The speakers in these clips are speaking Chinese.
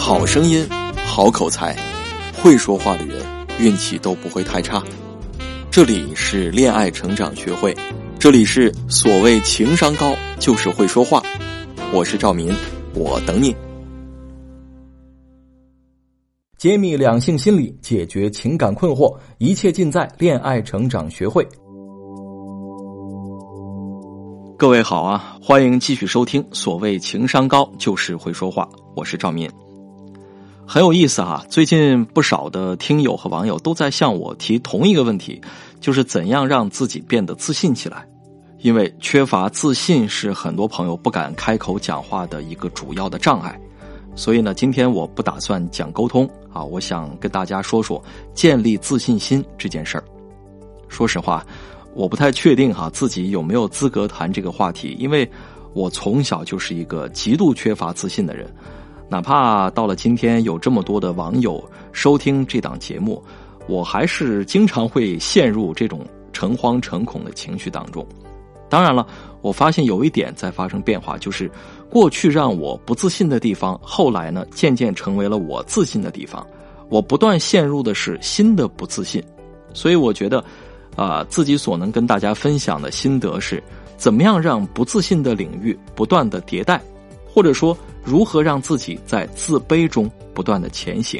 好声音，好口才，会说话的人运气都不会太差。这里是恋爱成长学会，这里是所谓情商高就是会说话。我是赵民，我等你。 揭秘两性心理，解决情感困惑，一切尽在恋爱成长学会。 各位好啊，欢迎继续收听所谓情商高就是会说话，我是赵民。很有意思啊，最近不少的听友和网友都在向我提同一个问题，就是怎样让自己变得自信起来。因为缺乏自信是很多朋友不敢开口讲话的一个主要的障碍，所以呢，今天我不打算讲沟通啊，我想跟大家说说建立自信心这件事儿。说实话，我不太确定自己有没有资格谈这个话题，因为我从小就是一个极度缺乏自信的人。哪怕到了今天有这么多的网友收听这档节目，我还是经常会陷入这种诚惶诚恐的情绪当中。当然了，我发现有一点在发生变化，就是过去让我不自信的地方，后来呢渐渐成为了我自信的地方。我不断陷入的是新的不自信，所以我觉得自己所能跟大家分享的心得是，怎么样让不自信的领域不断的迭代，或者说如何让自己在自卑中不断的前行。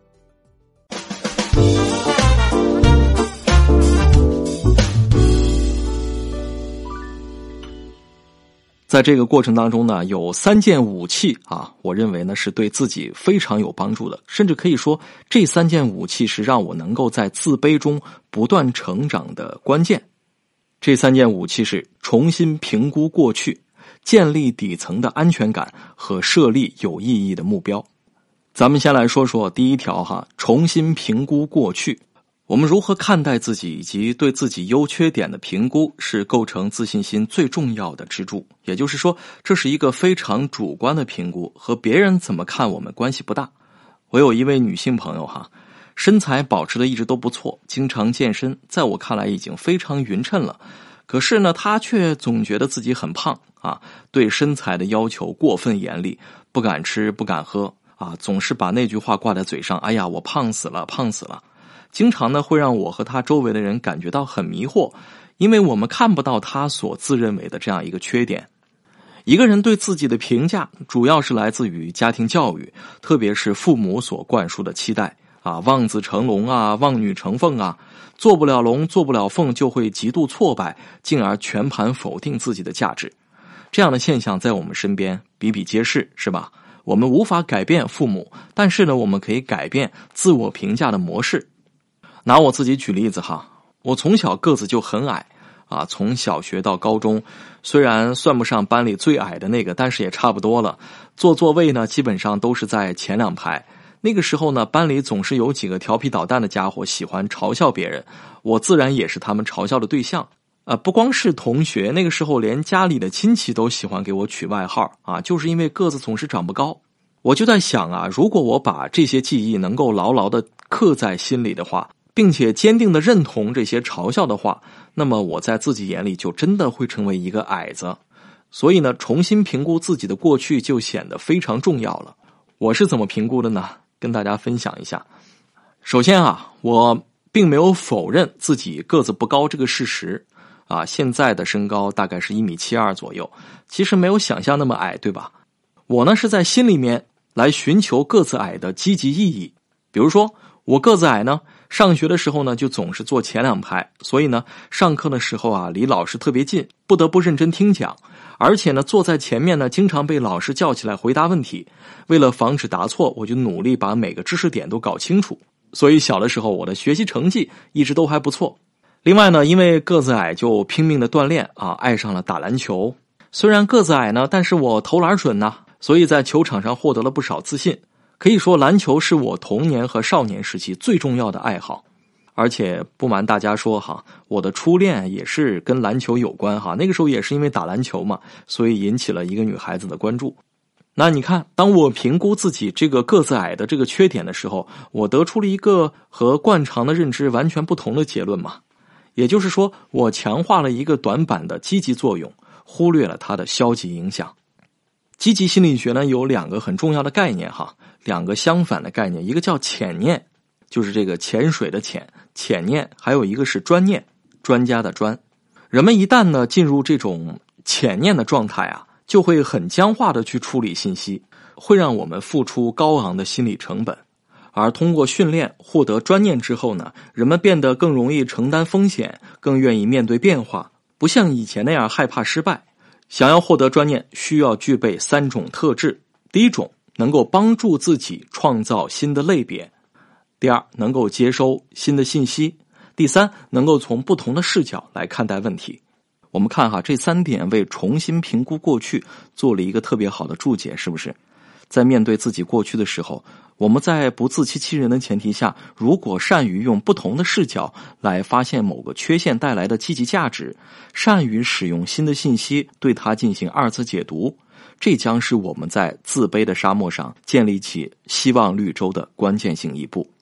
在这个过程当中呢，有3件武器我认为呢是对自己非常有帮助的，甚至可以说这3件武器是让我能够在自卑中不断成长的关键。这3件武器是重新评估过去，建立底层的安全感和设立有意义的目标。咱们先来说说第一条重新评估过去。我们如何看待自己以及对自己优缺点的评估，是构成自信心最重要的支柱。也就是说，这是一个非常主观的评估，和别人怎么看我们关系不大。我有一位女性朋友身材保持的一直都不错，经常健身，在我看来已经非常匀称了。可是呢，她却总觉得自己很胖对身材的要求过分严厉，不敢吃不敢喝总是把那句话挂在嘴上，哎呀，我胖死了胖死了。经常呢会让我和他周围的人感觉到很迷惑，因为我们看不到他所自认为的这样一个缺点。一个人对自己的评价主要是来自于家庭教育，特别是父母所灌输的期待望子成龙望女成凤做不了龙做不了凤就会极度挫败，进而全盘否定自己的价值。这样的现象在我们身边比比皆是，是吧？我们无法改变父母，但是呢，我们可以改变自我评价的模式。拿我自己举例子我从小个子就很矮从小学到高中，虽然算不上班里最矮的那个，但是也差不多了。坐座位呢，基本上都是在前2排。那个时候呢，班里总是有几个调皮捣蛋的家伙喜欢嘲笑别人，我自然也是他们嘲笑的对象。不光是同学，那个时候连家里的亲戚都喜欢给我取外号就是因为个子总是长不高。我就在想如果我把这些记忆能够牢牢地刻在心里的话，并且坚定地认同这些嘲笑的话，那么我在自己眼里就真的会成为一个矮子。所以呢，重新评估自己的过去就显得非常重要了。我是怎么评估的呢？跟大家分享一下。首先我并没有否认自己个子不高这个事实现在的身高大概是1.72米左右，其实没有想象那么矮，对吧？我呢是在心里面来寻求个子矮的积极意义。比如说我个子矮呢，上学的时候呢就总是坐前2排，所以呢上课的时候离老师特别近，不得不认真听讲。而且呢坐在前面呢经常被老师叫起来回答问题，为了防止答错，我就努力把每个知识点都搞清楚。所以小的时候我的学习成绩一直都还不错。另外呢，因为个子矮就拼命的锻炼爱上了打篮球。虽然个子矮呢，但是我投篮准所以在球场上获得了不少自信。可以说篮球是我童年和少年时期最重要的爱好。而且不瞒大家说我的初恋也是跟篮球有关那个时候也是因为打篮球嘛，所以引起了一个女孩子的关注。那你看，当我评估自己这个个子矮的这个缺点的时候，我得出了一个和惯常的认知完全不同的结论嘛。也就是说，我强化了一个短板的积极作用，忽略了它的消极影响。 积极心理学呢有2个很重要的概念2个相反的概念，一个叫潜念，就是这个潜水的潜念，还有一个是专念，专家的专。人们一旦呢进入这种潜念的状态就会很僵化的去处理信息，会让我们付出高昂的心理成本。而通过训练获得专念之后呢，人们变得更容易承担风险，更愿意面对变化，不像以前那样害怕失败。想要获得专念，需要具备3种特质。第一种，能够帮助自己创造新的类别；第二，能够接收新的信息；第三，能够从不同的视角来看待问题。我们看这3点为重新评估过去做了一个特别好的注解，是不是？在面对自己过去的时候，我们在不自欺欺人的前提下，如果善于用不同的视角来发现某个缺陷带来的积极价值，善于使用新的信息对它进行2次解读，这将是我们在自卑的沙漠上建立起希望绿洲的关键性一步。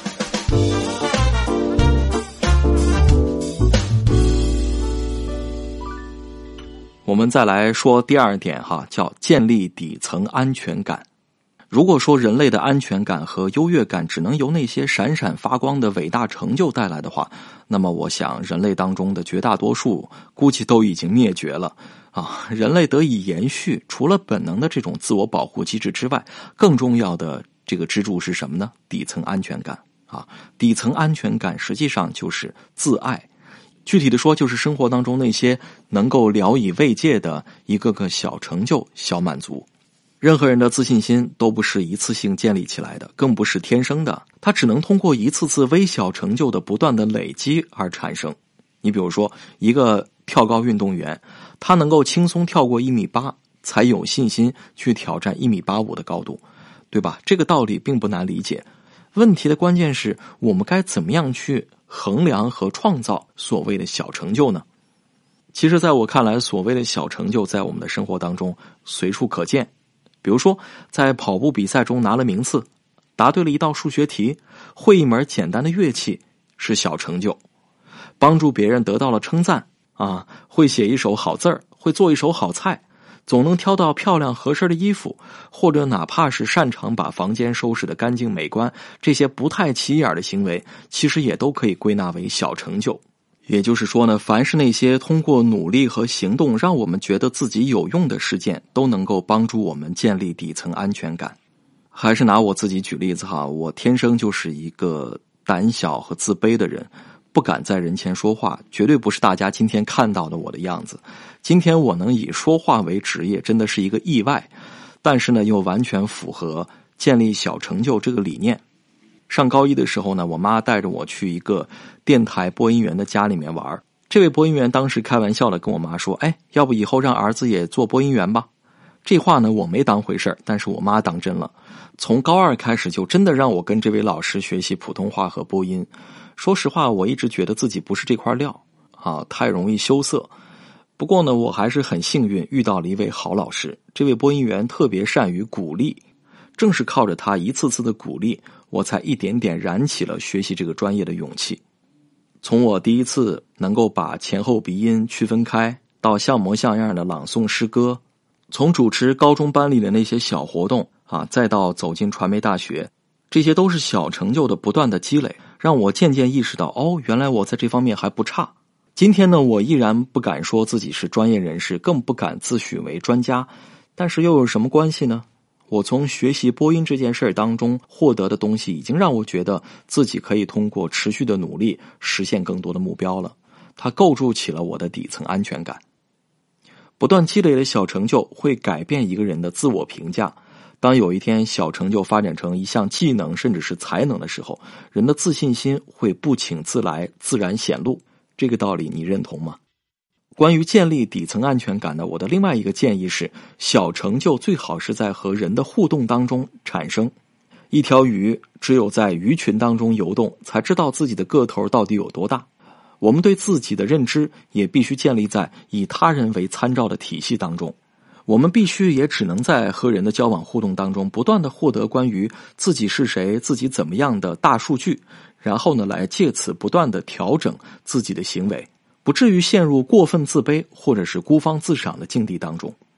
我们再来说第2点叫建立底层安全感。如果说人类的安全感和优越感只能由那些闪闪发光的伟大成就带来的话，那么我想人类当中的绝大多数估计都已经灭绝了人类得以延续，除了本能的这种自我保护机制之外，更重要的这个支柱是什么呢？底层安全感底层安全感实际上就是自爱。具体的说，就是生活当中那些能够聊以慰藉的一个个小成就、小满足。任何人的自信心都不是一次性建立起来的，更不是天生的，它只能通过一次次微小成就的不断的累积而产生。你比如说，一个跳高运动员，他能够轻松跳过1.8米，才有信心去挑战1.85米的高度，对吧？这个道理并不难理解。问题的关键是我们该怎么样去衡量和创造所谓的小成就呢？其实在我看来，所谓的小成就在我们的生活当中随处可见。比如说在跑步比赛中拿了名次，答对了一道数学题，会一门简单的乐器是小成就，帮助别人得到了称赞会写一手好字儿，会做一手好菜，总能挑到漂亮合身的衣服，或者哪怕是擅长把房间收拾得干净美观，这些不太起眼的行为其实也都可以归纳为小成就。也就是说呢，凡是那些通过努力和行动让我们觉得自己有用的事件，都能够帮助我们建立底层安全感。还是拿我自己举例子我天生就是一个胆小和自卑的人，不敢在人前说话，绝对不是大家今天看到的我的样子。今天我能以说话为职业，真的是一个意外，但是呢，又完全符合建立小成就这个理念。上高1的时候呢，我妈带着我去一个电台播音员的家里面玩。这位播音员当时开玩笑的跟我妈说，要不以后让儿子也做播音员吧。这话呢我没当回事，但是我妈当真了。从高2开始就真的让我跟这位老师学习普通话和播音。说实话，我一直觉得自己不是这块料太容易羞涩。不过呢，我还是很幸运遇到了一位好老师。这位播音员特别善于鼓励，正是靠着他一次次的鼓励，我才一点点燃起了学习这个专业的勇气。从我第一次能够把前后鼻音区分开，到像模像样的朗诵诗歌，从主持高中班里的那些小活动再到走进传媒大学，这些都是小成就的不断的积累，让我渐渐意识到原来我在这方面还不差。今天呢，我依然不敢说自己是专业人士，更不敢自诩为专家，但是又有什么关系呢？我从学习播音这件事当中获得的东西，已经让我觉得自己可以通过持续的努力实现更多的目标了。它构筑起了我的底层安全感。不断积累的小成就会改变一个人的自我评价。当有一天小成就发展成一项技能甚至是才能的时候，人的自信心会不请自来，自然显露。这个道理你认同吗？关于建立底层安全感呢，我的另外一个建议是，小成就最好是在和人的互动当中产生。一条鱼只有在鱼群当中游动，才知道自己的个头到底有多大。我们对自己的认知也必须建立在以他人为参照的体系当中。我们必须也只能在和人的交往互动当中不断的获得关于自己是谁、自己怎么样的大数据，然后呢，来借此不断的调整自己的行为，不至于陷入过分自卑或者是孤芳自赏的境地当中。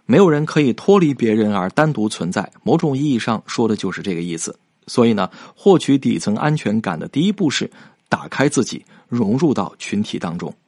没有人可以脱离别人而单独存在，某种意义上说的就是这个意思。所以呢，获取底层安全感的第一步是打开自己，融入到群体当中。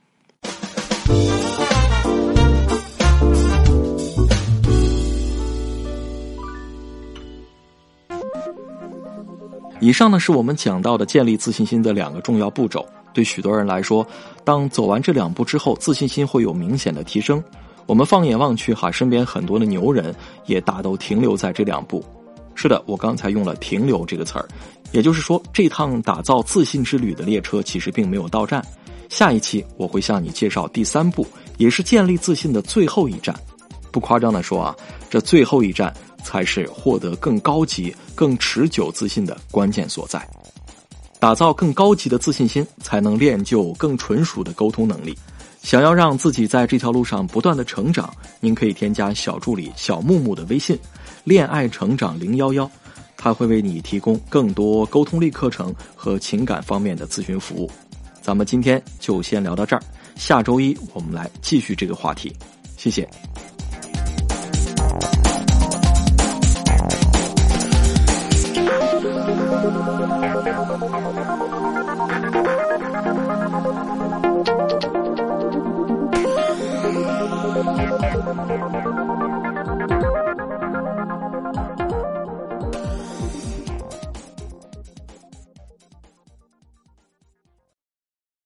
以上呢是我们讲到的建立自信心的2个重要步骤。对许多人来说，当走完这2步之后，自信心会有明显的提升。我们放眼望去身边很多的牛人也大都停留在这2步。是的，我刚才用了停留这个词儿，也就是说，这趟打造自信之旅的列车其实并没有到站。下一期我会向你介绍第3步，也是建立自信的最后一站。不夸张地说这最后一站才是获得更高级、更持久自信的关键所在。打造更高级的自信心，才能练就更纯熟的沟通能力。想要让自己在这条路上不断的成长，您可以添加小助理小木木的微信恋爱成长011，他会为你提供更多沟通力课程和情感方面的咨询服务。咱们今天就先聊到这儿，下周一我们来继续这个话题。谢谢。